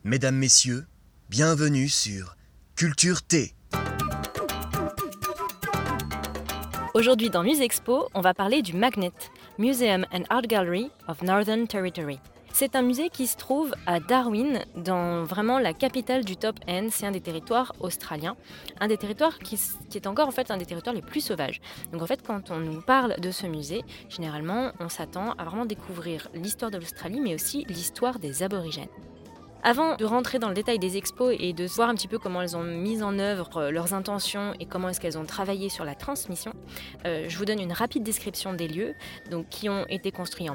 Mesdames, Messieurs, bienvenue sur Culture T. Aujourd'hui dans Musexpo, on va parler du Magnet, Museum and Art Gallery of Northern Territory. C'est un musée qui se trouve à Darwin, dans vraiment la capitale du Top End. C'est un des territoires australiens, un des territoires qui est encore en fait un des territoires les plus sauvages. Donc en fait, quand on nous parle de ce musée, généralement, on s'attend à vraiment découvrir l'histoire de l'Australie, mais aussi l'histoire des aborigènes. Avant de rentrer dans le détail des expos et de voir un petit peu comment elles ont mis en œuvre leurs intentions et comment est-ce qu'elles ont travaillé sur la transmission, je vous donne une rapide description des lieux donc, qui ont été construits en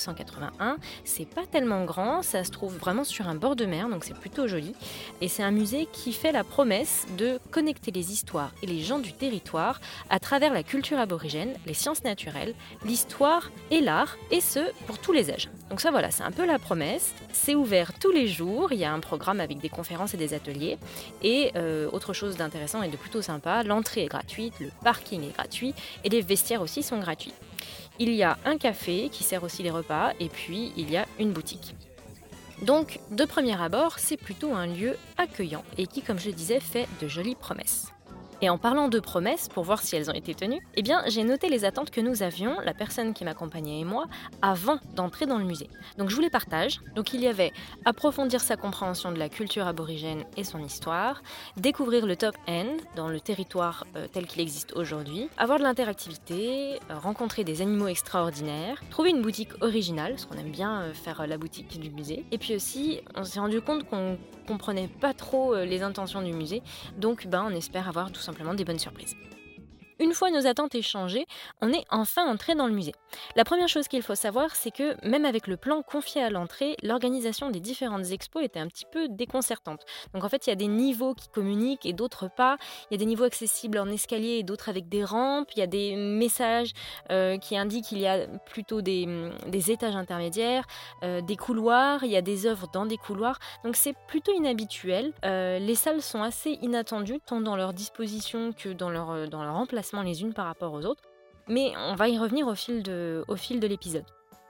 1981. C'est pas tellement grand, ça se trouve vraiment sur un bord de mer, donc c'est plutôt joli. Et c'est un musée qui fait la promesse de connecter les histoires et les gens du territoire à travers la culture aborigène, les sciences naturelles, l'histoire et l'art, et ce, pour tous les âges. Donc ça voilà, c'est un peu la promesse. C'est ouvert tous les jours. Il y a un programme avec des conférences et des ateliers. Et autre chose d'intéressant et de plutôt sympa, l'entrée est gratuite, le parking est gratuit et les vestiaires aussi sont gratuits. Il y a un café qui sert aussi les repas et puis il y a une boutique. Donc, de premier abord, c'est plutôt un lieu accueillant et qui, comme je le disais, fait de jolies promesses. Et en parlant de promesses, pour voir si elles ont été tenues, eh bien, j'ai noté les attentes que nous avions, la personne qui m'accompagnait et moi, avant d'entrer dans le musée. Donc je vous les partage. Donc il y avait approfondir sa compréhension de la culture aborigène et son histoire, découvrir le Top End dans le territoire tel qu'il existe aujourd'hui, avoir de l'interactivité, rencontrer des animaux extraordinaires, trouver une boutique originale, parce qu'on aime bien faire la boutique du musée. Et puis aussi, on s'est rendu compte qu'on comprenait pas trop les intentions du musée, donc on espère avoir tout simplement des bonnes surprises. Une fois nos attentes échangées, on est enfin entré dans le musée. La première chose qu'il faut savoir, c'est que même avec le plan confié à l'entrée, l'organisation des différentes expos était un petit peu déconcertante. Donc en fait, il y a des niveaux qui communiquent et d'autres pas. Il y a des niveaux accessibles en escalier et d'autres avec des rampes. Il y a des messages qui indiquent qu'il y a plutôt des étages intermédiaires, des couloirs. Il y a des œuvres dans des couloirs. Donc c'est plutôt inhabituel. Les salles sont assez inattendues, tant dans leur disposition que dans leur emplacement les unes par rapport aux autres, mais on va y revenir au fil de l'épisode.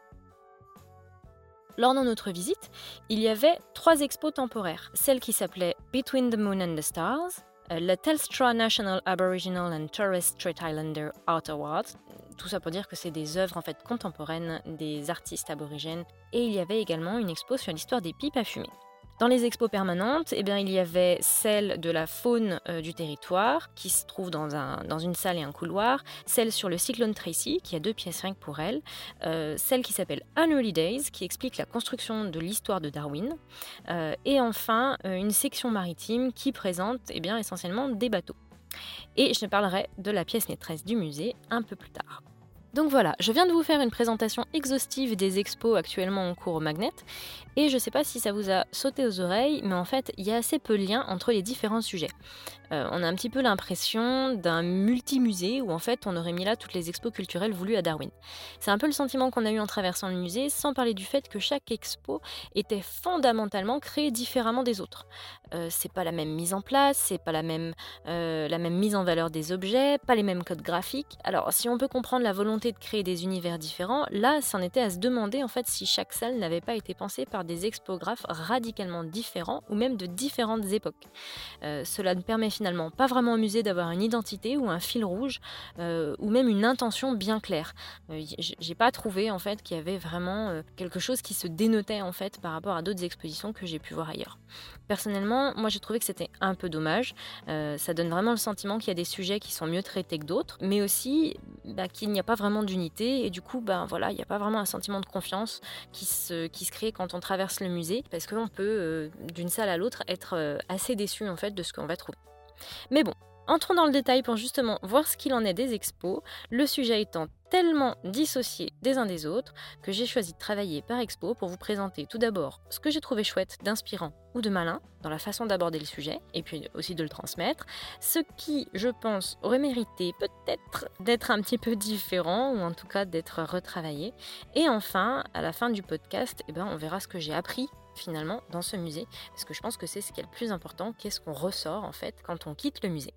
Lors de notre visite, il y avait 3 expos temporaires, celle qui s'appelait Between the Moon and the Stars, le Telstra National Aboriginal and Torres Strait Islander Art Awards, tout ça pour dire que c'est des œuvres en fait contemporaines des artistes aborigènes, et il y avait également une expo sur l'histoire des pipes à fumer. Dans les expos permanentes, il y avait celle de la faune du territoire, qui se trouve dans une salle et un couloir, celle sur le cyclone Tracy, qui a 2 pièces rien que pour elle, celle qui s'appelle Unruly Days, qui explique la construction de l'histoire de Darwin, et enfin une section maritime qui présente essentiellement des bateaux. Et je parlerai de la pièce maîtresse du musée un peu plus tard. Donc voilà, je viens de vous faire une présentation exhaustive des expos actuellement en cours au Magnet, et je ne sais pas si ça vous a sauté aux oreilles, mais en fait, il y a assez peu de lien entre les différents sujets. On a un petit peu l'impression d'un multimusée où en fait on aurait mis là toutes les expos culturelles voulues à Darwin. C'est un peu le sentiment qu'on a eu en traversant le musée, sans parler du fait que chaque expo était fondamentalement créée différemment des autres. C'est pas la même mise en place, c'est pas la même mise en valeur des objets, pas les mêmes codes graphiques. Alors si on peut comprendre la volonté de créer des univers différents, là c'en était à se demander en fait si chaque salle n'avait pas été pensée par des expographes radicalement différents ou même de différentes époques. Cela ne permet finalement pas vraiment au musée d'avoir une identité ou un fil rouge ou même une intention bien claire. J'ai pas trouvé en fait qu'il y avait vraiment quelque chose qui se dénotait en fait par rapport à d'autres expositions que j'ai pu voir ailleurs. Personnellement, moi j'ai trouvé que c'était un peu dommage. Ça donne vraiment le sentiment qu'il y a des sujets qui sont mieux traités que d'autres, mais aussi qu'il n'y a pas vraiment d'unité et du coup il n'y a pas vraiment un sentiment de confiance qui se crée quand on traverse le musée, parce qu'on peut d'une salle à l'autre être assez déçu en fait de ce qu'on va trouver. Mais bon, entrons dans le détail pour justement voir ce qu'il en est des expos, le sujet étant tellement dissocié des uns des autres que j'ai choisi de travailler par expo pour vous présenter tout d'abord ce que j'ai trouvé chouette, d'inspirant ou de malin dans la façon d'aborder le sujet et puis aussi de le transmettre, ce qui, je pense, aurait mérité peut-être d'être un petit peu différent ou en tout cas d'être retravaillé. Et enfin, à la fin du podcast, on verra ce que j'ai appris finalement dans ce musée, parce que je pense que c'est ce qui est le plus important, qu'est-ce qu'on ressort en fait quand on quitte le musée.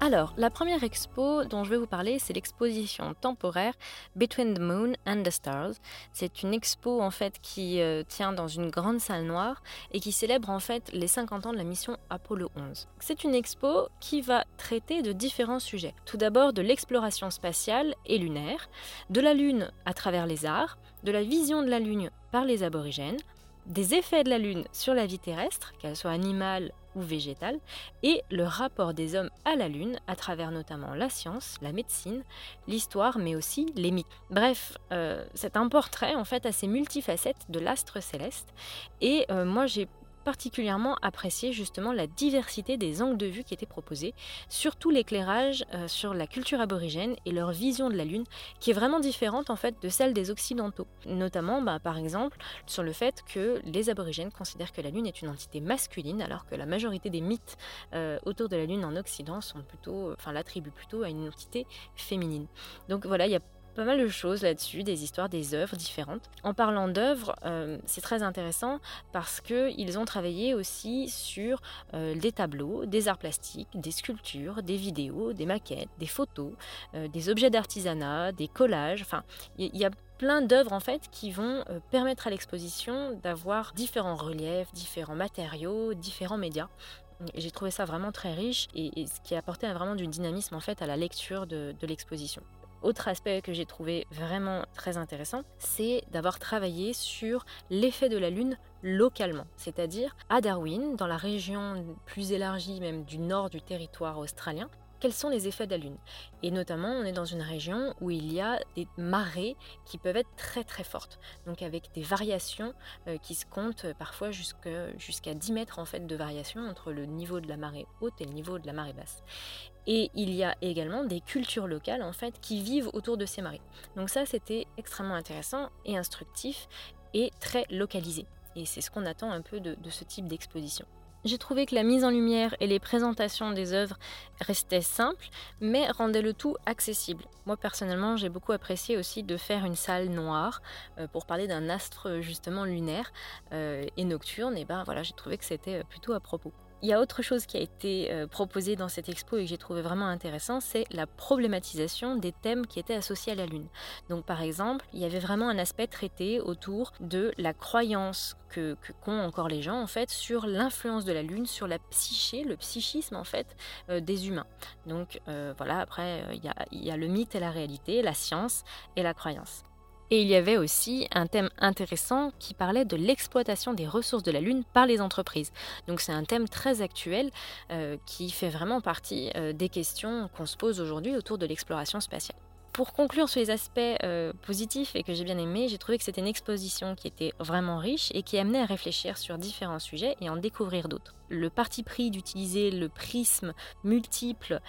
Alors, la première expo dont je vais vous parler, c'est l'exposition temporaire Between the Moon and the Stars. C'est une expo en fait qui tient dans une grande salle noire et qui célèbre en fait les 50 ans de la mission Apollo 11. C'est une expo qui va traiter de différents sujets. Tout d'abord de l'exploration spatiale et lunaire, de la Lune à travers les arts, de la vision de la Lune par les aborigènes, des effets de la Lune sur la vie terrestre, qu'elle soit animale ou végétale, et le rapport des hommes à la Lune à travers notamment la science, la médecine, l'histoire, mais aussi les mythes. Bref, c'est un portrait en fait assez multifacette de l'astre céleste, et moi j'ai particulièrement apprécié justement la diversité des angles de vue qui étaient proposés, surtout l'éclairage sur la culture aborigène et leur vision de la Lune qui est vraiment différente en fait de celle des Occidentaux. Notamment par exemple sur le fait que les aborigènes considèrent que la Lune est une entité masculine alors que la majorité des mythes autour de la Lune en Occident sont plutôt, l'attribuent plutôt à une entité féminine. Donc voilà, il y a pas mal de choses là-dessus, des histoires, des œuvres différentes. En parlant d'œuvres, c'est très intéressant parce qu'ils ont travaillé aussi sur des tableaux, des arts plastiques, des sculptures, des vidéos, des maquettes, des photos, des objets d'artisanat, des collages. Enfin, il y a plein d'œuvres en fait qui vont permettre à l'exposition d'avoir différents reliefs, différents matériaux, différents médias. Et j'ai trouvé ça vraiment très riche et ce qui a apporté vraiment du dynamisme en fait à la lecture de l'exposition. Autre aspect que j'ai trouvé vraiment très intéressant, c'est d'avoir travaillé sur l'effet de la Lune localement, c'est-à-dire à Darwin, dans la région plus élargie même du nord du territoire australien. Quels sont les effets de la Lune? Et notamment, on est dans une région où il y a des marées qui peuvent être très très fortes, donc avec des variations qui se comptent parfois jusqu'à 10 mètres en fait, de variation entre le niveau de la marée haute et le niveau de la marée basse. Et il y a également des cultures locales en fait, qui vivent autour de ces marées. Donc ça, c'était extrêmement intéressant et instructif et très localisé. Et c'est ce qu'on attend un peu de ce type d'exposition. J'ai trouvé que la mise en lumière et les présentations des œuvres restaient simples, mais rendaient le tout accessible. Moi, personnellement, j'ai beaucoup apprécié aussi de faire une salle noire pour parler d'un astre justement lunaire et nocturne. Et voilà, j'ai trouvé que c'était plutôt à propos. Il y a autre chose qui a été proposée dans cette expo et que j'ai trouvé vraiment intéressant, c'est la problématisation des thèmes qui étaient associés à la Lune. Donc par exemple, il y avait vraiment un aspect traité autour de la croyance qu'ont encore les gens en fait sur l'influence de la Lune sur la psyché, le psychisme en fait des humains. Donc voilà, après il y a le mythe et la réalité, la science et la croyance. Et il y avait aussi un thème intéressant qui parlait de l'exploitation des ressources de la Lune par les entreprises. Donc c'est un thème très actuel qui fait vraiment partie des questions qu'on se pose aujourd'hui autour de l'exploration spatiale. Pour conclure sur les aspects positifs et que j'ai bien aimé, j'ai trouvé que c'était une exposition qui était vraiment riche et qui amenait à réfléchir sur différents sujets et en découvrir d'autres. Le parti pris d'utiliser le prisme multiple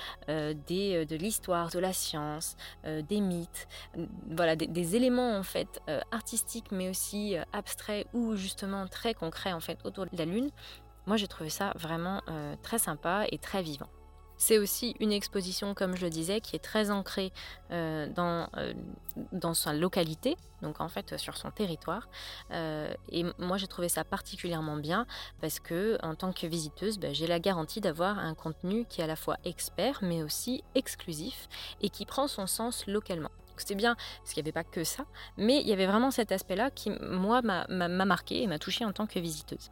de l'histoire, de la science, des mythes, voilà, des éléments en fait artistiques mais aussi abstraits ou justement très concrets en fait autour de la Lune, moi j'ai trouvé ça vraiment très sympa et très vivant. C'est aussi une exposition, comme je le disais, qui est très ancrée dans sa localité, donc en fait sur son territoire. Et moi, j'ai trouvé ça particulièrement bien parce que, en tant que visiteuse, j'ai la garantie d'avoir un contenu qui est à la fois expert, mais aussi exclusif et qui prend son sens localement. Donc c'était bien parce qu'il n'y avait pas que ça, mais il y avait vraiment cet aspect-là qui, moi, m'a marqué et m'a touchée en tant que visiteuse.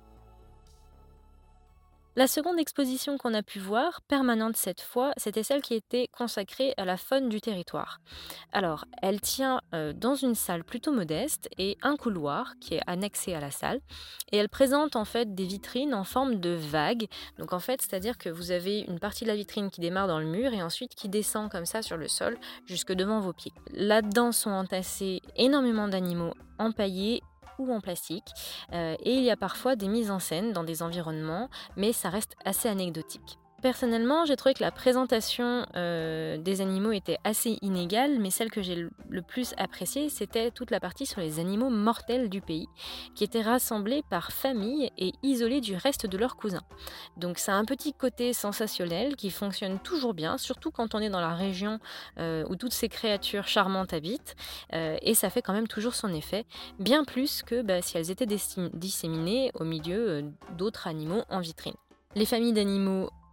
La seconde exposition qu'on a pu voir, permanente cette fois, c'était celle qui était consacrée à la faune du territoire. Alors, elle tient dans une salle plutôt modeste et un couloir qui est annexé à la salle. Et elle présente en fait des vitrines en forme de vagues. Donc en fait, c'est-à-dire que vous avez une partie de la vitrine qui démarre dans le mur et ensuite qui descend comme ça sur le sol jusque devant vos pieds. Là-dedans sont entassés énormément d'animaux empaillés ou en plastique. Et il y a parfois des mises en scène dans des environnements, mais ça reste assez anecdotique. Personnellement, j'ai trouvé que la présentation des animaux était assez inégale, mais celle que j'ai le plus appréciée, c'était toute la partie sur les animaux mortels du pays, qui étaient rassemblés par famille et isolés du reste de leurs cousins. Donc ça a un petit côté sensationnel qui fonctionne toujours bien, surtout quand on est dans la région où toutes ces créatures charmantes habitent, et ça fait quand même toujours son effet, bien plus que si elles étaient disséminées au milieu d'autres animaux en vitrine. Les familles d'animaux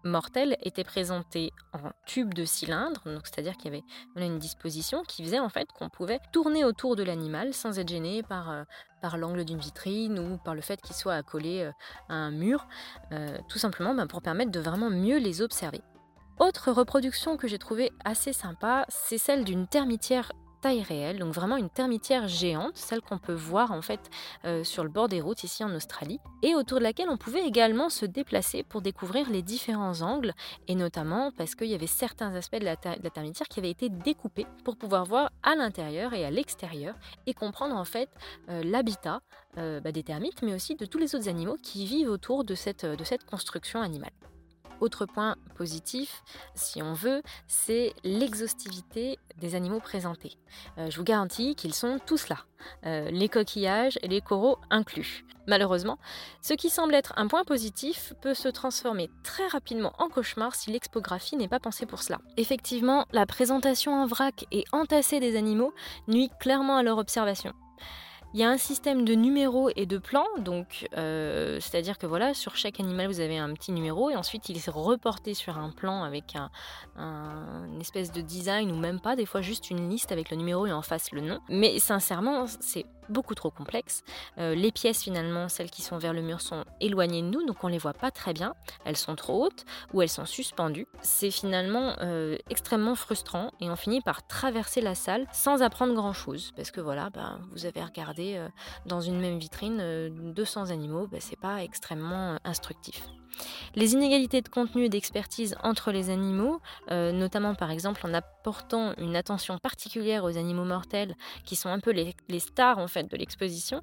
mortels étaient présentés en tube de cylindre, donc c'est-à-dire qu'il y avait une disposition qui faisait en fait qu'on pouvait tourner autour de l'animal sans être gêné par l'angle d'une vitrine ou par le fait qu'il soit accolé à un mur, tout simplement pour permettre de vraiment mieux les observer. Autre reproduction que j'ai trouvée assez sympa, c'est celle d'une termitière taille réelle, donc vraiment une termitière géante, celle qu'on peut voir en fait sur le bord des routes ici en Australie, et autour de laquelle on pouvait également se déplacer pour découvrir les différents angles, et notamment parce qu'il y avait certains aspects de la termitière qui avaient été découpés pour pouvoir voir à l'intérieur et à l'extérieur et comprendre en fait l'habitat des termites, mais aussi de tous les autres animaux qui vivent autour de cette construction animale. Autre point positif, si on veut, c'est l'exhaustivité des animaux présentés. Je vous garantis qu'ils sont tous là, les coquillages et les coraux inclus. Malheureusement, ce qui semble être un point positif peut se transformer très rapidement en cauchemar si l'expographie n'est pas pensée pour cela. Effectivement, la présentation en vrac et entassée des animaux nuit clairement à leur observation. Il y a un système de numéros et de plans, donc c'est-à-dire que voilà, sur chaque animal vous avez un petit numéro et ensuite il est reporté sur un plan avec une espèce de design ou même pas, des fois juste une liste avec le numéro et en face le nom. Mais sincèrement, c'est beaucoup trop complexe. Les pièces finalement, celles qui sont vers le mur, sont éloignées de nous, donc on les voit pas très bien. Elles sont trop hautes ou elles sont suspendues. C'est finalement extrêmement frustrant et on finit par traverser la salle sans apprendre grand-chose. Parce que voilà, vous avez regardé dans une même vitrine 200 animaux, c'est pas extrêmement instructif. Les inégalités de contenu et d'expertise entre les animaux, notamment par exemple en apportant une attention particulière aux animaux mortels qui sont un peu les stars en fait de l'exposition,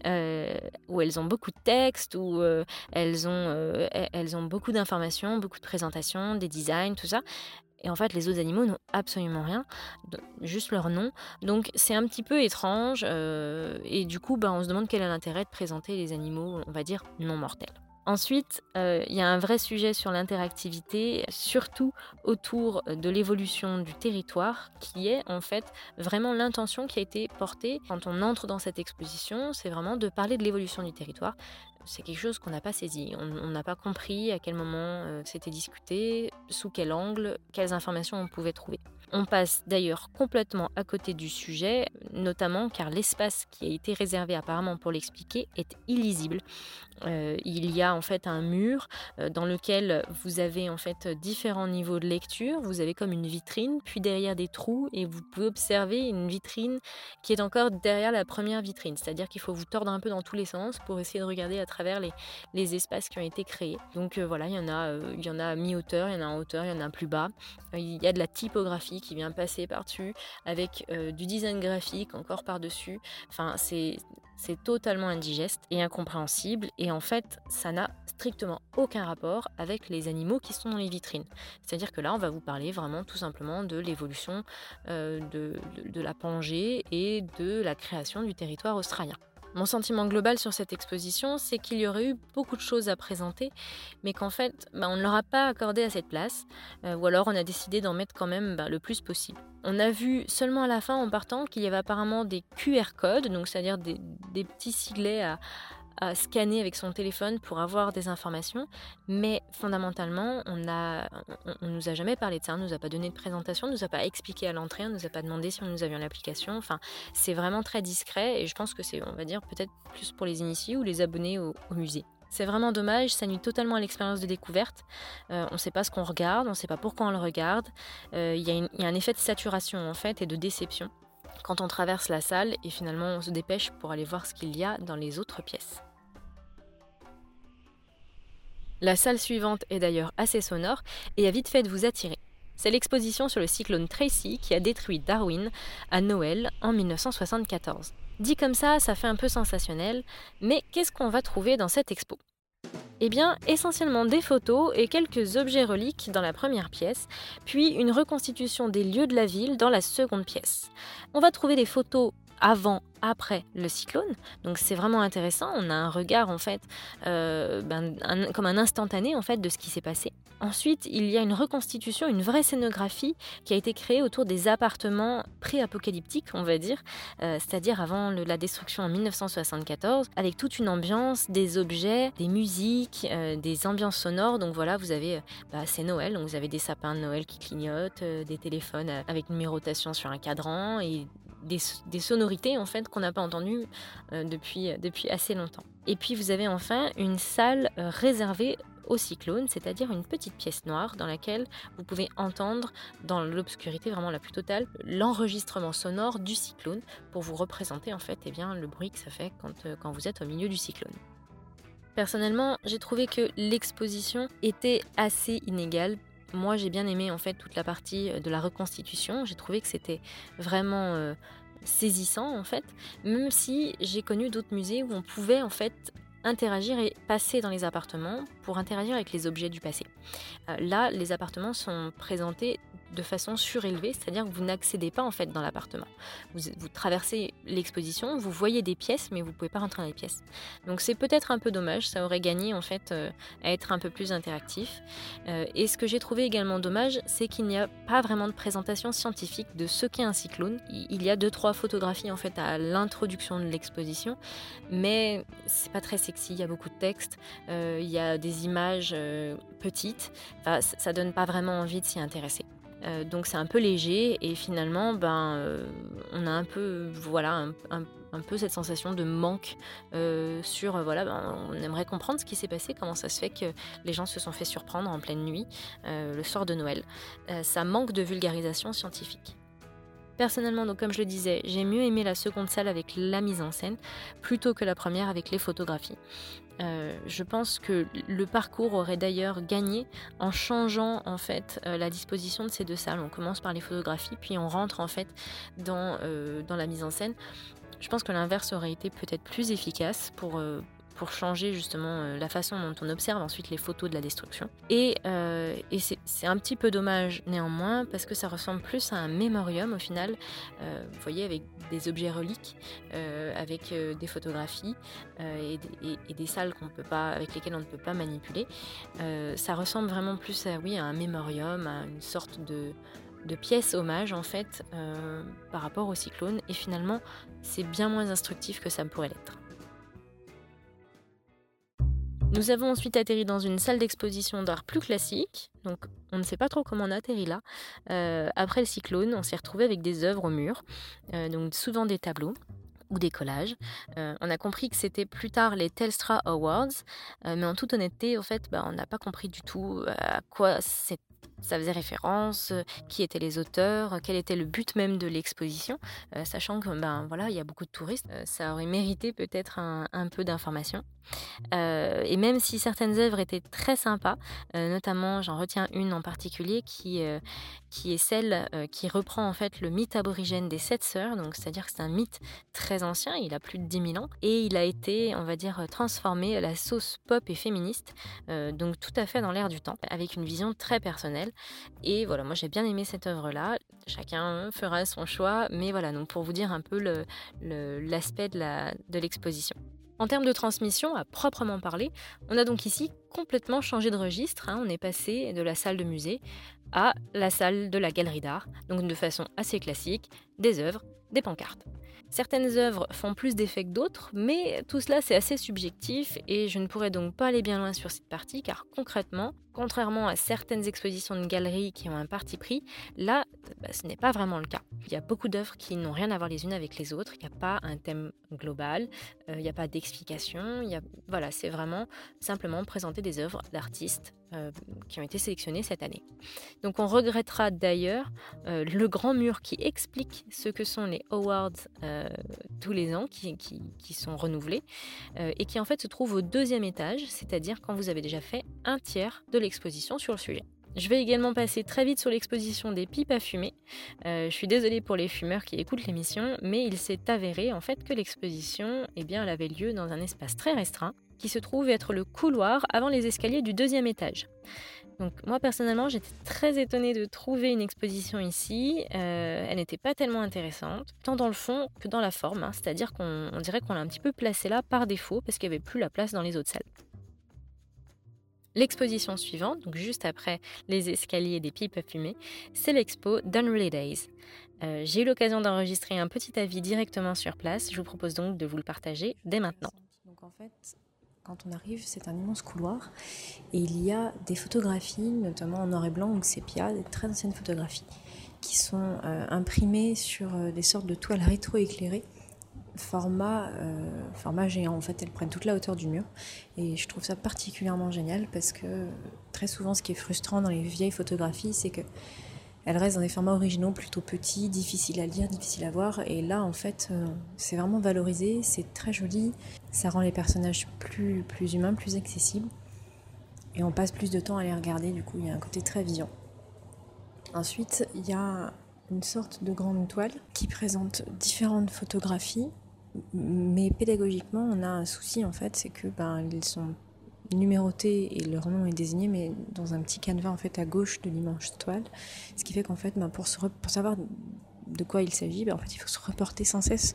où elles ont beaucoup de textes, où elles ont beaucoup d'informations, beaucoup de présentations, des designs, tout ça. Et en fait, les autres animaux n'ont absolument rien, juste leur nom. Donc c'est un petit peu étrange et du coup, on se demande quel est l'intérêt de présenter les animaux, on va dire, non mortels. Ensuite, il y a un vrai sujet sur l'interactivité, surtout autour de l'évolution du territoire, qui est en fait vraiment l'intention qui a été portée quand on entre dans cette exposition, c'est vraiment de parler de l'évolution du territoire. C'est quelque chose qu'on n'a pas saisi, on n'a pas compris à quel moment c'était discuté, sous quel angle, quelles informations on pouvait trouver. On passe d'ailleurs complètement à côté du sujet, notamment car l'espace qui a été réservé apparemment pour l'expliquer est illisible. Il y a en fait un mur dans lequel vous avez en fait différents niveaux de lecture. Vous avez comme une vitrine, puis derrière des trous, et vous pouvez observer une vitrine qui est encore derrière la première vitrine. C'est-à-dire qu'il faut vous tordre un peu dans tous les sens pour essayer de regarder à travers les espaces qui ont été créés. Donc voilà, il y en a à mi-hauteur, il y en a en hauteur, il y en a plus bas. Il y a de la typographie qui vient passer par-dessus, avec du design graphique encore par-dessus. Enfin, c'est totalement indigeste et incompréhensible, et en fait ça n'a strictement aucun rapport avec les animaux qui sont dans les vitrines. C'est-à-dire que là on va vous parler vraiment tout simplement de l'évolution de la Pangée et de la création du territoire australien. Mon sentiment global sur cette exposition, c'est qu'il y aurait eu beaucoup de choses à présenter, mais qu'en fait, on ne leur a pas accordé assez de place, ou alors on a décidé d'en mettre quand même le plus possible. On a vu seulement à la fin, en partant, qu'il y avait apparemment des QR codes, donc c'est-à-dire des petits siglets à scanner avec son téléphone pour avoir des informations, mais fondamentalement, on nous a jamais parlé de ça, on nous a pas donné de présentation, on nous a pas expliqué à l'entrée, on nous a pas demandé si nous avions l'application. Enfin, c'est vraiment très discret et je pense que c'est, on va dire, peut-être plus pour les initiés ou les abonnés au musée. C'est vraiment dommage, ça nuit totalement à l'expérience de découverte. On ne sait pas ce qu'on regarde, on ne sait pas pourquoi on le regarde. Il y a un effet de saturation en fait et de déception quand on traverse la salle et finalement on se dépêche pour aller voir ce qu'il y a dans les autres pièces. La salle suivante est d'ailleurs assez sonore et a vite fait de vous attirer. C'est l'exposition sur le cyclone Tracy qui a détruit Darwin à Noël en 1974. Dit comme ça fait un peu sensationnel, mais qu'est-ce qu'on va trouver dans cette expo ? Eh bien, essentiellement des photos et quelques objets reliques dans la première pièce, puis une reconstitution des lieux de la ville dans la seconde pièce. On va trouver des photos avant, après le cyclone, donc c'est vraiment intéressant, on a un regard en fait, comme un instantané en fait de ce qui s'est passé. Ensuite, il y a une reconstitution, une vraie scénographie qui a été créée autour des appartements pré-apocalyptiques, on va dire, c'est-à-dire avant la destruction en 1974, avec toute une ambiance, des objets, des musiques, des ambiances sonores. Donc voilà, vous avez, c'est Noël, donc vous avez des sapins de Noël qui clignotent, des téléphones avec numérotation sur un cadran et des sonorités en fait qu'on n'a pas entendues depuis assez longtemps. Et puis vous avez enfin une salle réservée au cyclone, c'est-à-dire une petite pièce noire dans laquelle vous pouvez entendre, dans l'obscurité vraiment la plus totale, l'enregistrement sonore du cyclone pour vous représenter en fait le bruit que ça fait quand vous êtes au milieu du cyclone. Personnellement, j'ai trouvé que l'exposition était assez inégale. Moi, j'ai bien aimé en fait toute la partie de la reconstitution. J'ai trouvé que c'était vraiment saisissant en fait, même si j'ai connu d'autres musées où on pouvait en fait interagir et passer dans les appartements pour interagir avec les objets du passé. Là, les appartements sont présentés de façon surélevée, c'est-à-dire que vous n'accédez pas en fait dans l'appartement. Vous traversez l'exposition, vous voyez des pièces, mais vous ne pouvez pas rentrer dans les pièces. Donc c'est peut-être un peu dommage, ça aurait gagné en fait à être un peu plus interactif. Et ce que j'ai trouvé également dommage, c'est qu'il n'y a pas vraiment de présentation scientifique de ce qu'est un cyclone. Il y a 2-3 photographies en fait à l'introduction de l'exposition, mais c'est pas très sexy, il y a beaucoup de texte, il y a des images petites, enfin, ça donne pas vraiment envie de s'y intéresser. Donc c'est un peu léger et finalement on a un peu un peu cette sensation de manque on aimerait comprendre ce qui s'est passé, comment ça se fait que les gens se sont fait surprendre en pleine nuit le soir de Noël. Ça manque de vulgarisation scientifique. Personnellement, donc comme je le disais, j'ai mieux aimé la seconde salle avec la mise en scène plutôt que la première avec les photographies. Je pense que le parcours aurait d'ailleurs gagné en changeant en fait la disposition de ces deux salles. On commence par les photographies, puis on rentre en fait dans la mise en scène. Je pense que l'inverse aurait été peut-être plus efficace pour changer justement la façon dont on observe ensuite les photos de la destruction. Et c'est un petit peu dommage néanmoins parce que ça ressemble plus à un mémorium au final, vous voyez, avec des objets reliques, avec des photographies et des salles avec lesquelles on ne peut pas manipuler. Ça ressemble vraiment plus à un mémorium, à une sorte de pièce hommage en fait par rapport au cyclone, et finalement c'est bien moins instructif que ça pourrait l'être. Nous avons ensuite atterri dans une salle d'exposition d'art plus classique, donc on ne sait pas trop comment on a atterri là. Après le cyclone, on s'est retrouvé avec des œuvres au mur, donc souvent des tableaux ou des collages. On a compris que c'était plus tard les Telstra Awards, mais en toute honnêteté, en fait, on n'a pas compris du tout à quoi ça faisait référence, qui étaient les auteurs, quel était le but même de l'exposition, sachant que il y a beaucoup de touristes, ça aurait mérité peut-être un peu d'information. Et même si certaines œuvres étaient très sympas, notamment j'en retiens une en particulier qui est celle qui reprend en fait le mythe aborigène des 7 sœurs, donc c'est-à-dire que c'est un mythe très ancien, il a plus de 10 000 ans, et il a été, on va dire, transformé à la sauce pop et féministe, donc tout à fait dans l'air du temps, avec une vision très personnelle. Et voilà, moi j'ai bien aimé cette œuvre-là, chacun fera son choix, mais voilà, donc pour vous dire un peu l'aspect de l'exposition. En termes de transmission, à proprement parler, on a donc ici complètement changé de registre. On est passé de la salle de musée à la salle de la galerie d'art, donc de façon assez classique, des œuvres, des pancartes. Certaines œuvres font plus d'effet que d'autres, mais tout cela c'est assez subjectif et je ne pourrais donc pas aller bien loin sur cette partie car concrètement, contrairement à certaines expositions de galeries qui ont un parti pris, là ce n'est pas vraiment le cas. Il y a beaucoup d'œuvres qui n'ont rien à voir les unes avec les autres, il n'y a pas un thème global, il n'y a pas d'explication, c'est vraiment simplement présenter des œuvres d'artistes qui ont été sélectionnés cette année. Donc on regrettera d'ailleurs le grand mur qui explique ce que sont les awards tous les ans, qui sont renouvelés, et qui en fait se trouve au 2e étage, c'est-à-dire quand vous avez déjà fait un tiers de l'exposition sur le sujet. Je vais également passer très vite sur l'exposition des pipes à fumer. Je suis désolée pour les fumeurs qui écoutent l'émission, mais il s'est avéré en fait que l'exposition, elle avait lieu dans un espace très restreint, qui se trouve être le couloir avant les escaliers du 2e étage. Donc moi personnellement j'étais très étonnée de trouver une exposition ici, elle n'était pas tellement intéressante, tant dans le fond que dans la forme, c'est-à-dire qu'on dirait qu'on l'a un petit peu placée là par défaut parce qu'il n'y avait plus la place dans les autres salles. L'exposition suivante, donc juste après les escaliers des pipes à fumer, c'est l'expo d'Unruly Days. J'ai eu l'occasion d'enregistrer un petit avis directement sur place, je vous propose donc de vous le partager dès maintenant. Donc en fait, quand on arrive, c'est un immense couloir et il y a des photographies, notamment en noir et blanc ou sépia, des très anciennes photographies qui sont imprimées sur des sortes de toiles rétro-éclairées, format géant. En fait, elles prennent toute la hauteur du mur et je trouve ça particulièrement génial parce que très souvent, ce qui est frustrant dans les vieilles photographies, c'est que elles restent dans des formats originaux plutôt petits, difficiles à lire, difficiles à voir. Et là, en fait, c'est vraiment valorisé, c'est très joli. Ça rend les personnages plus humains, plus accessibles. Et on passe plus de temps à les regarder, du coup, il y a un côté très vivant. Ensuite, il y a une sorte de grande toile qui présente différentes photographies. Mais pédagogiquement, on a un souci, en fait, c'est que ils sont numérotés et leur nom est désigné, mais dans un petit canevas en fait à gauche de l'immense toile, ce qui fait qu'en fait pour savoir de quoi il s'agit, en fait il faut se reporter sans cesse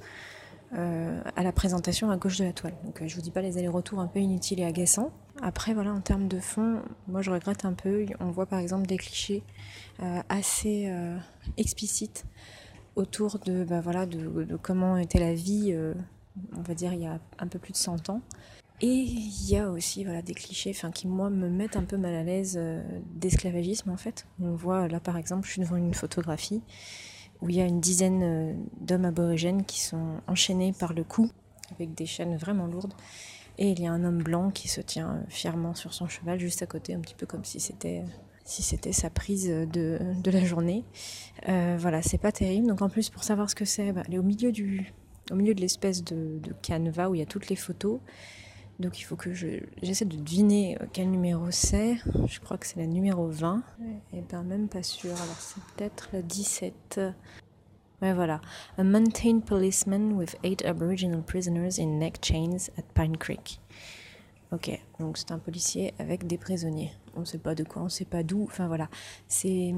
à la présentation à gauche de la toile. Donc je vous dis pas les allers-retours un peu inutiles et agaçants. Après voilà, en termes de fond, moi je regrette un peu, on voit par exemple des clichés assez explicites autour de comment était la vie, on va dire il y a un peu plus de 100 ans. Et il y a aussi des clichés qui moi me mettent un peu mal à l'aise d'esclavagisme en fait. On voit là par exemple, je suis devant une photographie où il y a une dizaine d'hommes aborigènes qui sont enchaînés par le cou avec des chaînes vraiment lourdes. Et il y a un homme blanc qui se tient fièrement sur son cheval juste à côté, un petit peu comme si c'était sa prise de la journée. Voilà, c'est pas terrible. Donc en plus, pour savoir ce que c'est, elle est au milieu de l'espèce de canevas où il y a toutes les photos. Donc il faut que j'essaie de deviner quel numéro c'est. Je crois que c'est la numéro 20. Et même pas sûr. Alors c'est peut-être la 17. Ouais, voilà. A mountain policeman with 8 aboriginal prisoners in neck chains at Pine Creek. Ok, donc c'est un policier avec des prisonniers. On ne sait pas de quoi, on ne sait pas d'où. Enfin voilà, c'est...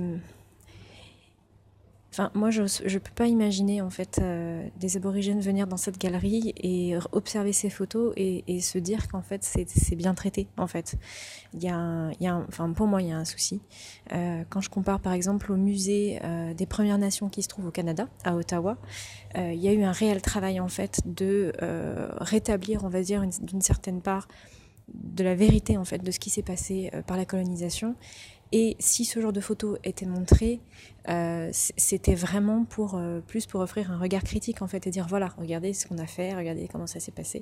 moi, je ne peux pas imaginer en fait des aborigènes venir dans cette galerie et observer ces photos et se dire qu'en fait c'est bien traité. En fait, pour moi, il y a un souci. Quand je compare par exemple au musée des Premières Nations qui se trouve au Canada, à Ottawa, il y a eu un réel travail en fait de rétablir, on va dire, d'une certaine part de la vérité en fait de ce qui s'est passé par la colonisation. Et si ce genre de photos était montré, c'était vraiment plus pour offrir un regard critique en fait et dire voilà, regardez ce qu'on a fait, regardez comment ça s'est passé.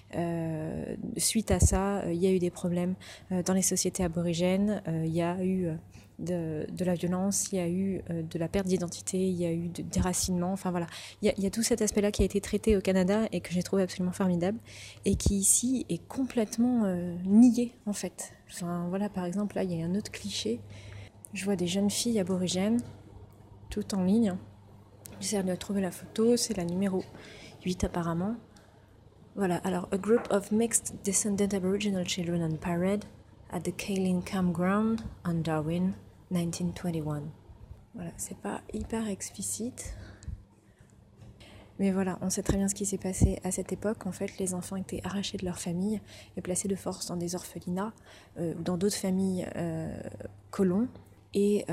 Suite à ça, il y a eu des problèmes dans les sociétés aborigènes, il y a eu de la violence, il y a eu de la perte d'identité, il y a eu de déracinement, enfin voilà. Il y a tout cet aspect-là qui a été traité au Canada et que j'ai trouvé absolument formidable et qui ici est complètement nié en fait. Enfin voilà, par exemple là il y a un autre cliché, je vois des jeunes filles aborigènes toutes en ligne, j'essaie de trouver la photo, c'est la numéro 8 apparemment. Voilà, alors a group of mixed descendant aboriginal children on parade at the Kaylin Campground on Darwin, 1921. Voilà, c'est pas hyper explicite. Mais voilà, on sait très bien ce qui s'est passé à cette époque. En fait, les enfants étaient arrachés de leur famille et placés de force dans des orphelinats ou dans d'autres familles colons. Et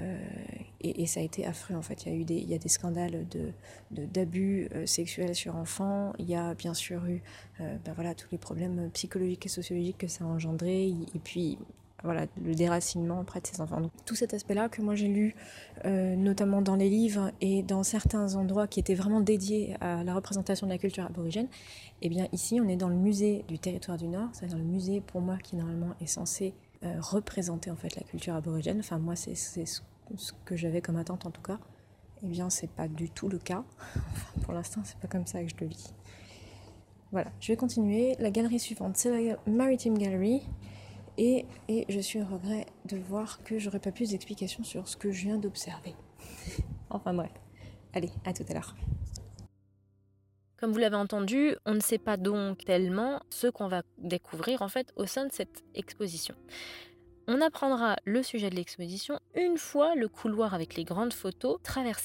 ça a été affreux en fait. Il y a des scandales d'abus sexuels sur enfants. Il y a bien sûr eu tous les problèmes psychologiques et sociologiques que ça a engendré. Et puis voilà, le déracinement auprès de ces enfants. Donc, tout cet aspect-là que moi j'ai lu, notamment dans les livres et dans certains endroits qui étaient vraiment dédiés à la représentation de la culture aborigène, et bien ici on est dans le musée du Territoire du Nord, c'est-à-dire le musée pour moi qui normalement est censé représenter en fait la culture aborigène. Enfin moi c'est ce que j'avais comme attente en tout cas. Eh bien c'est pas du tout le cas. Enfin, pour l'instant c'est pas comme ça que je le vis. Voilà, je vais continuer. La galerie suivante c'est la Maritime Gallery. Et je suis au regret de voir que j'aurais pas plus d'explications sur ce que je viens d'observer. Enfin bref, allez, à tout à l'heure. Comme vous l'avez entendu, on ne sait pas donc tellement ce qu'on va découvrir en fait au sein de cette exposition. On apprendra le sujet de l'exposition une fois le couloir avec les grandes photos traversé.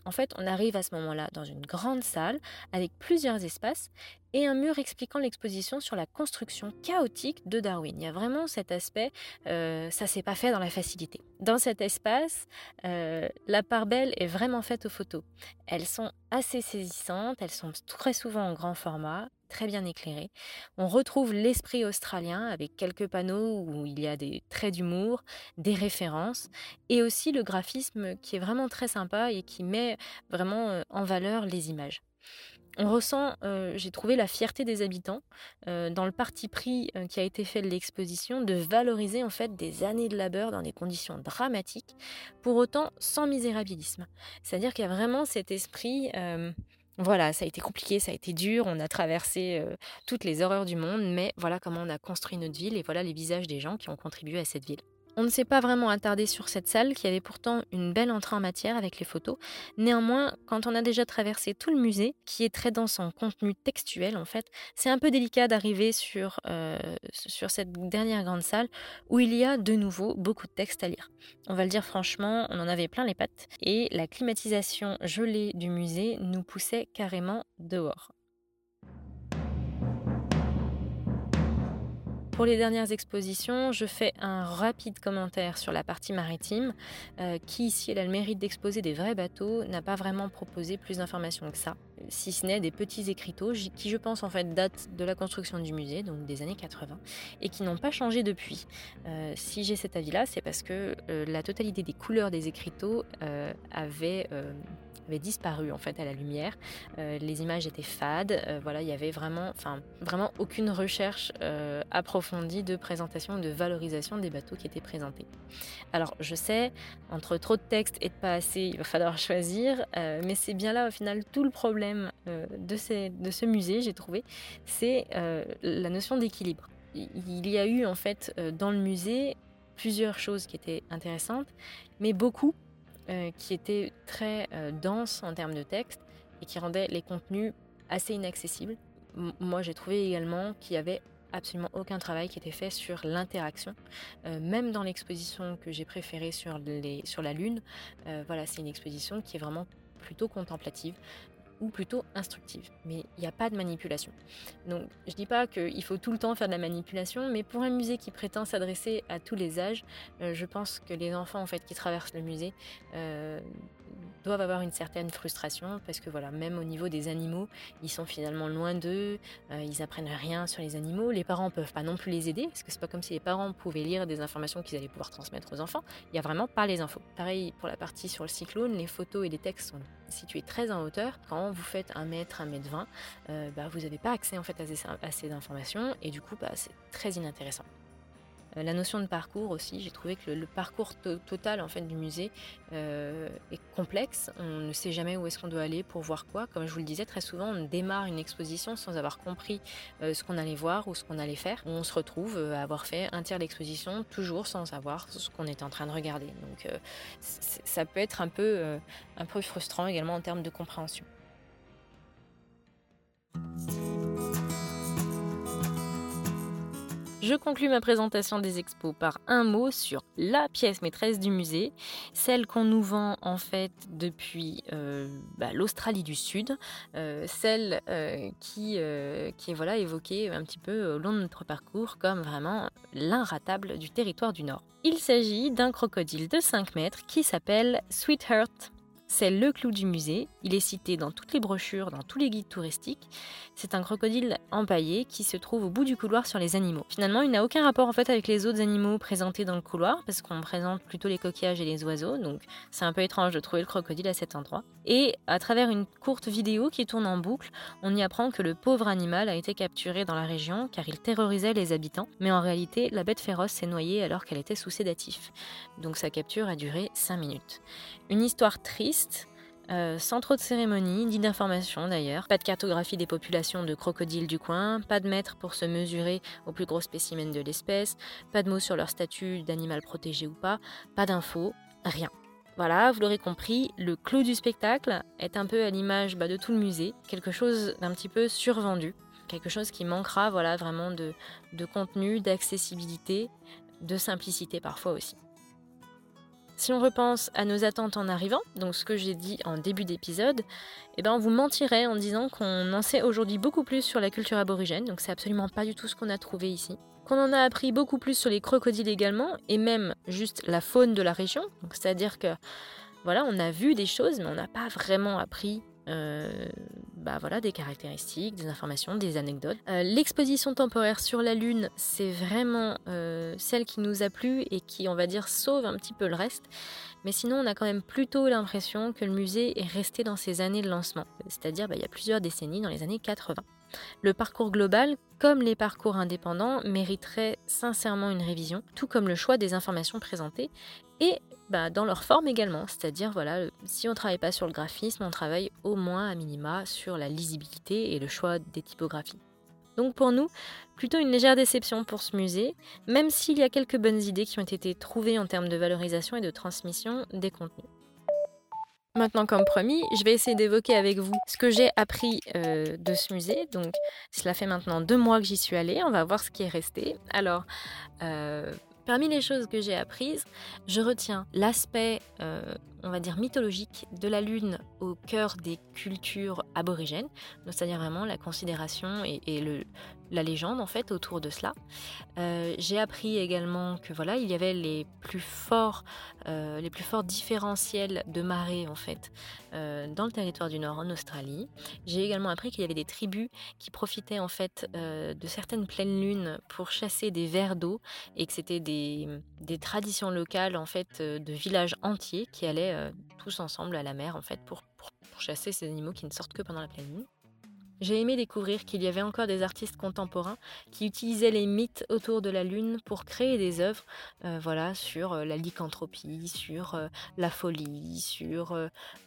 En fait, on arrive à ce moment-là dans une grande salle avec plusieurs espaces et un mur expliquant l'exposition sur la construction chaotique de Darwin. Il y a vraiment cet aspect, ça s'est pas fait dans la facilité. Dans cet espace, la part belle est vraiment faite aux photos. Elles sont assez saisissantes, elles sont très souvent en grand format, très bien éclairées. On retrouve l'esprit australien avec quelques panneaux où il y a des traits d'humour, des références et aussi le graphisme qui est vraiment très sympa et qui met vraiment en valeur les images. On ressent, j'ai trouvé la fierté des habitants dans le parti pris qui a été fait de l'exposition de valoriser en fait des années de labeur dans des conditions dramatiques, pour autant sans misérabilisme. C'est-à-dire qu'il y a vraiment cet esprit, voilà, ça a été compliqué, ça a été dur, on a traversé toutes les horreurs du monde, mais voilà comment on a construit notre ville et voilà les visages des gens qui ont contribué à cette ville. On ne s'est pas vraiment attardé sur cette salle qui avait pourtant une belle entrée en matière avec les photos. Néanmoins, quand on a déjà traversé tout le musée, qui est très dense en contenu textuel en fait, c'est un peu délicat d'arriver sur cette dernière grande salle où il y a de nouveau beaucoup de textes à lire. On va le dire franchement, on en avait plein les pattes et la climatisation gelée du musée nous poussait carrément dehors. Pour les dernières expositions, je fais un rapide commentaire sur la partie maritime, qui, si elle a le mérite d'exposer des vrais bateaux, n'a pas vraiment proposé plus d'informations que ça, si ce n'est des petits écriteaux qui, je pense, en fait, datent de la construction du musée, donc des années 80, et qui n'ont pas changé depuis. Si j'ai cet avis-là, c'est parce que la totalité des couleurs des écriteaux avait disparu en fait à la lumière. Les images étaient fades. Voilà, il y avait vraiment aucune recherche approfondie de présentation et de valorisation des bateaux qui étaient présentés. Alors je sais, entre trop de textes et de pas assez, il va falloir choisir, mais c'est bien là au final tout le problème de ce musée, j'ai trouvé, c'est la notion d'équilibre. Il y a eu en fait dans le musée plusieurs choses qui étaient intéressantes, mais beaucoup qui étaient très denses en termes de texte et qui rendaient les contenus assez inaccessibles. Moi, j'ai trouvé également qu'il y avait absolument aucun travail qui était fait sur l'interaction. Même dans l'exposition que j'ai préférée sur la Lune, voilà, c'est une exposition qui est vraiment plutôt contemplative ou plutôt instructive, mais il n'y a pas de manipulation. Donc je dis pas qu'il faut tout le temps faire de la manipulation, mais pour un musée qui prétend s'adresser à tous les âges, je pense que les enfants en fait qui traversent le musée doivent avoir une certaine frustration parce que voilà, même au niveau des animaux, ils sont finalement loin d'eux, ils apprennent rien sur les animaux, les parents peuvent pas non plus les aider parce que c'est pas comme si les parents pouvaient lire des informations qu'ils allaient pouvoir transmettre aux enfants, il y a vraiment pas les infos. Pareil pour la partie sur le cyclone, les photos et les textes sont situés très en hauteur. Quand vous faites 1 mètre, 1 mètre 20, vous n'avez pas accès en fait à ces informations et du coup c'est très inintéressant. La notion de parcours aussi, j'ai trouvé que le parcours total en fait du musée est complexe. On ne sait jamais où est-ce qu'on doit aller pour voir quoi. Comme je vous le disais, très souvent on démarre une exposition sans avoir compris ce qu'on allait voir ou ce qu'on allait faire. On se retrouve à avoir fait un tiers d'exposition toujours sans savoir ce qu'on était en train de regarder. Donc ça peut être un peu frustrant également en termes de compréhension. Je conclus ma présentation des expos par un mot sur la pièce maîtresse du musée, celle qu'on nous vend en fait depuis l'Australie du Sud, celle qui est voilà, évoquée un petit peu au long de notre parcours comme vraiment l'inratable du territoire du Nord. Il s'agit d'un crocodile de 5 mètres qui s'appelle Sweetheart. C'est le clou du musée, il est cité dans toutes les brochures, dans tous les guides touristiques. C'est un crocodile empaillé qui se trouve au bout du couloir sur les animaux. Finalement, il n'a aucun rapport en fait avec les autres animaux présentés dans le couloir, parce qu'on présente plutôt les coquillages et les oiseaux, donc c'est un peu étrange de trouver le crocodile à cet endroit. Et à travers une courte vidéo qui tourne en boucle, on y apprend que le pauvre animal a été capturé dans la région car il terrorisait les habitants, mais en réalité, la bête féroce s'est noyée alors qu'elle était sous sédatif. Donc sa capture a duré 5 minutes. Une histoire triste, sans trop de cérémonies, ni d'informations d'ailleurs. Pas de cartographie des populations de crocodiles du coin, pas de mètre pour se mesurer au plus gros spécimen de l'espèce, pas de mots sur leur statut d'animal protégé ou pas d'infos, rien. Voilà, vous l'aurez compris, le clou du spectacle est un peu à l'image de tout le musée, quelque chose d'un petit peu survendu, quelque chose qui manquera voilà, vraiment de contenu, d'accessibilité, de simplicité parfois aussi. Si on repense à nos attentes en arrivant, donc ce que j'ai dit en début d'épisode, on vous mentirait en disant qu'on en sait aujourd'hui beaucoup plus sur la culture aborigène, donc c'est absolument pas du tout ce qu'on a trouvé ici. Qu'on en a appris beaucoup plus sur les crocodiles également, et même juste la faune de la région, donc c'est-à-dire que voilà, on a vu des choses, mais on n'a pas vraiment appris des caractéristiques, des informations, des anecdotes. L'exposition temporaire sur la Lune, c'est vraiment celle qui nous a plu et qui, on va dire, sauve un petit peu le reste. Mais sinon, on a quand même plutôt l'impression que le musée est resté dans ses années de lancement. C'est-à-dire, il y a plusieurs décennies, dans les années 80. Le parcours global, comme les parcours indépendants, mériterait sincèrement une révision, tout comme le choix des informations présentées et dans leur forme également. C'est-à-dire, si on ne travaille pas sur le graphisme, on travaille au moins à minima sur la lisibilité et le choix des typographies. Donc pour nous, plutôt une légère déception pour ce musée, même s'il y a quelques bonnes idées qui ont été trouvées en termes de valorisation et de transmission des contenus. Maintenant, comme promis, je vais essayer d'évoquer avec vous ce que j'ai appris de ce musée. Donc, cela fait maintenant 2 mois que j'y suis allée. On va voir ce qui est resté. Alors, parmi les choses que j'ai apprises, je retiens l'aspect, on va dire, mythologique de la Lune au cœur des cultures aborigènes. Donc, c'est-à-dire vraiment la considération et la légende, en fait, autour de cela. J'ai appris également que, il y avait les plus forts différentiels de marée, en fait, dans le territoire du Nord, en Australie. J'ai également appris qu'il y avait des tribus qui profitaient, en fait, de certaines pleines lunes pour chasser des vers d'eau et que c'était des traditions locales, en fait, de villages entiers qui allaient tous ensemble à la mer, en fait, pour chasser ces animaux qui ne sortent que pendant la pleine lune. J'ai aimé découvrir qu'il y avait encore des artistes contemporains qui utilisaient les mythes autour de la Lune pour créer des œuvres sur la lycanthropie, sur la folie, sur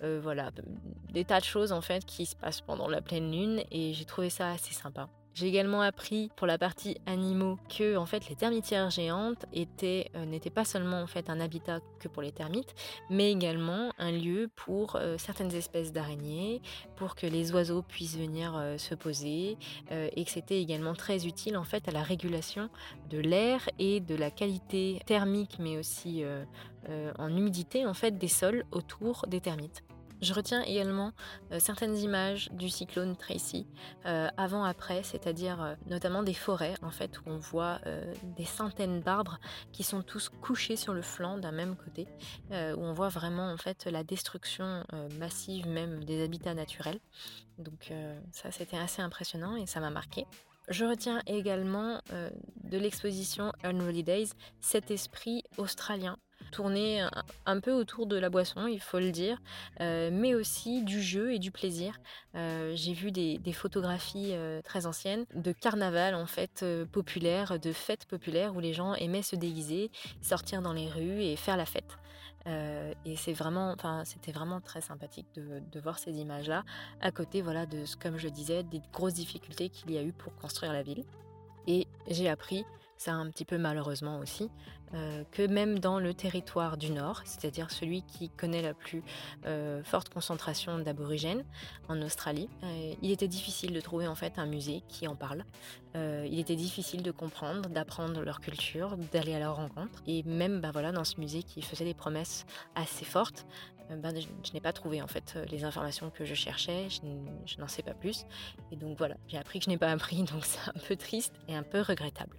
des tas de choses en fait qui se passent pendant la pleine Lune et j'ai trouvé ça assez sympa. J'ai également appris pour la partie animaux que en fait les termitières géantes n'étaient pas seulement en fait un habitat que pour les termites, mais également un lieu pour certaines espèces d'araignées, pour que les oiseaux puissent venir se poser, et que c'était également très utile en fait à la régulation de l'air et de la qualité thermique, mais aussi en humidité en fait des sols autour des termites. Je retiens également certaines images du cyclone Tracy, avant-après, c'est-à-dire notamment des forêts en fait, où on voit des centaines d'arbres qui sont tous couchés sur le flanc d'un même côté, où on voit vraiment en fait, la destruction massive même des habitats naturels. Donc ça, c'était assez impressionnant et ça m'a marqué. Je retiens également de l'exposition Unruly Days cet esprit australien, tourné un peu autour de la boisson, il faut le dire, mais aussi du jeu et du plaisir. J'ai vu des photographies très anciennes de carnaval en fait populaire, de fêtes populaires où les gens aimaient se déguiser, sortir dans les rues et faire la fête. Et c'était vraiment très sympathique de voir ces images-là, à côté de, comme je disais, des grosses difficultés qu'il y a eu pour construire la ville. Et j'ai appris, ça un petit peu malheureusement aussi, que même dans le territoire du Nord, c'est-à-dire celui qui connaît la plus forte concentration d'aborigènes en Australie, il était difficile de trouver en fait un musée qui en parle. Il était difficile de comprendre, d'apprendre leur culture, d'aller à leur rencontre. Et même dans ce musée qui faisait des promesses assez fortes, je n'ai pas trouvé en fait les informations que je cherchais, je n'en sais pas plus. Et donc voilà, j'ai appris que je n'ai pas appris, donc c'est un peu triste et un peu regrettable.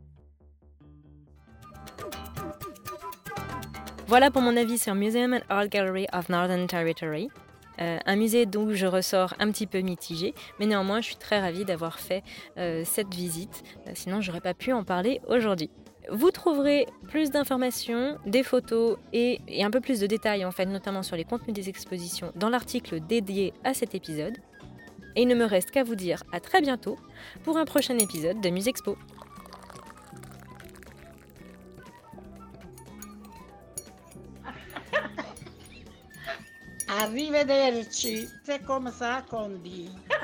Voilà pour mon avis sur Museum and Art Gallery of Northern Territory. Un musée d'où je ressors un petit peu mitigée, mais néanmoins je suis très ravie d'avoir fait cette visite, sinon j'aurais pas pu en parler aujourd'hui. Vous trouverez plus d'informations, des photos et un peu plus de détails en fait, notamment sur les contenus des expositions dans l'article dédié à cet épisode. Et il ne me reste qu'à vous dire à très bientôt pour un prochain épisode de Musexpo. Arrivederci, c'est comme ça qu'on dit.